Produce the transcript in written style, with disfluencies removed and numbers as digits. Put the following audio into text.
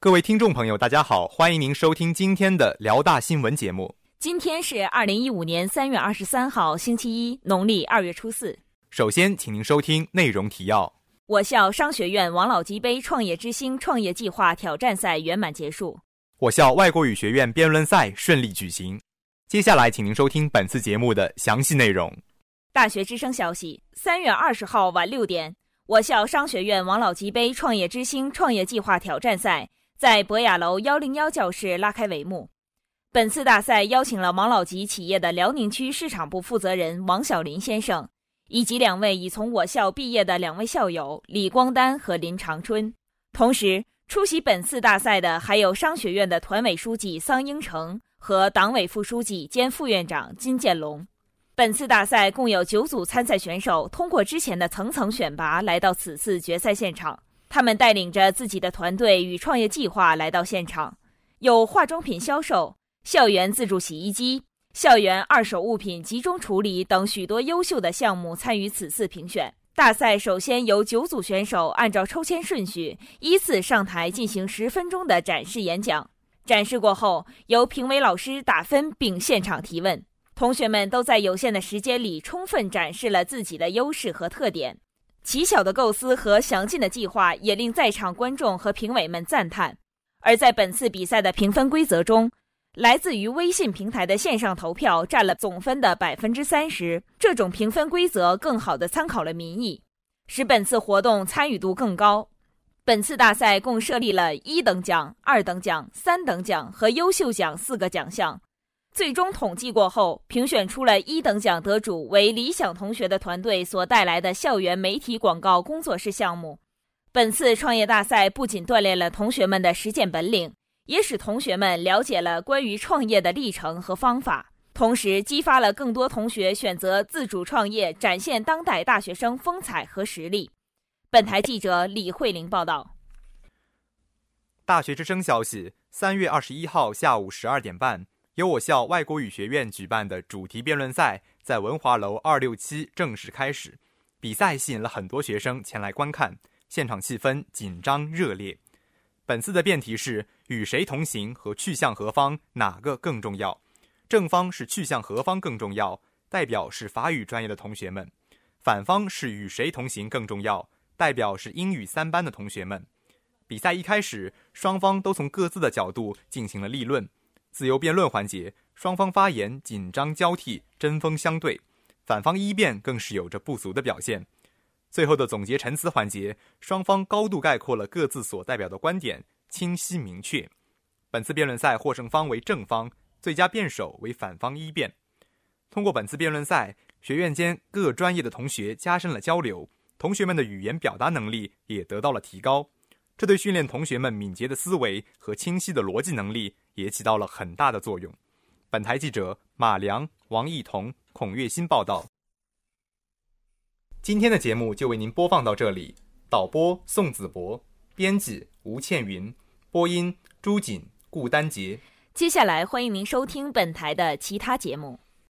各位听众朋友大家好，欢迎您收听今天的辽大新闻节目。 今天是2015年3月23号星期一，农历2月初4。 首先请您收听内容提要。 我校商学院王老吉杯创业之星创业计划挑战赛圆满结束。 我校外国语学院辩论赛顺利举行。接下来请您收听本次节目的详细内容。 大学之声消息，3月20号晚6点，我校商学院王老吉杯创业之星创业计划挑战赛在博雅楼101教室拉开帷幕。本次大赛邀请了王老吉企业的辽宁区市场部负责人王小林先生，以及2位已从我校毕业的2位校友李光丹和林长春。同时，出席本次大赛的还有商学院的团委书记桑英成和党委副书记兼副院长金建龙。本次大赛共有9组参赛选手通过之前的层层选拔来到此次决赛现场，他们带领着自己的团队与创业计划来到现场，有化妆品销售、校园自助洗衣机、校园二手物品集中处理等许多优秀的项目参与此次评选。大赛首先由9组选手按照抽签顺序依次上台进行10分钟的展示演讲。展示过后，由评委老师打分并现场提问。同学们都在有限的时间里充分展示了自己的优势和特点。奇巧的构思和详尽的计划也令在场观众和评委们赞叹。而在本次比赛的评分规则中，来自于微信平台的线上投票占了总分的 30%， 这种评分规则更好地参考了民意，使本次活动参与度更高。本次大赛共设立了1等奖、2等奖、3等奖和优秀奖4个奖项。最终统计过后，评选出了1等奖得主为理想同学的团队所带来的校园媒体广告工作室项目。本次创业大赛不仅锻炼了同学们的实践本领，也使同学们了解了关于创业的历程和方法，同时激发了更多同学选择自主创业，展现当代大学生风采和实力。本台记者李慧玲报道。 大学之声消息，3月21号下午12点半，由我校外国语学院举办的主题辩论赛在文华楼267正式开始。比赛吸引了很多学生前来观看，现场气氛紧张热烈。本次的辩题是与谁同行和去向何方哪个更重要？正方是去向何方更重要，代表是法语专业的同学们；反方是与谁同行更重要，代表是英语3班的同学们。比赛一开始，双方都从各自的角度进行了立论。自由辩论环节，双方发言紧张交替，针锋相对，反方一辩更是有着不俗的表现。最后的总结陈词环节，双方高度概括了各自所代表的观点，清晰明确。本次辩论赛获胜方为正方，最佳辩手为反方一辩。通过本次辩论赛，学院间各专业的同学加深了交流，同学们的语言表达能力也得到了提高，这对训练同学们敏捷的思维和清晰的逻辑能力也起到了很大的作用。本台记者马良、王艺彤、孔月新报道。今天的节目就为您播放到这里，导播宋子博，编辑吴倩云，播音朱瑾、顾丹杰。 接下来欢迎您收听本台的其他节目。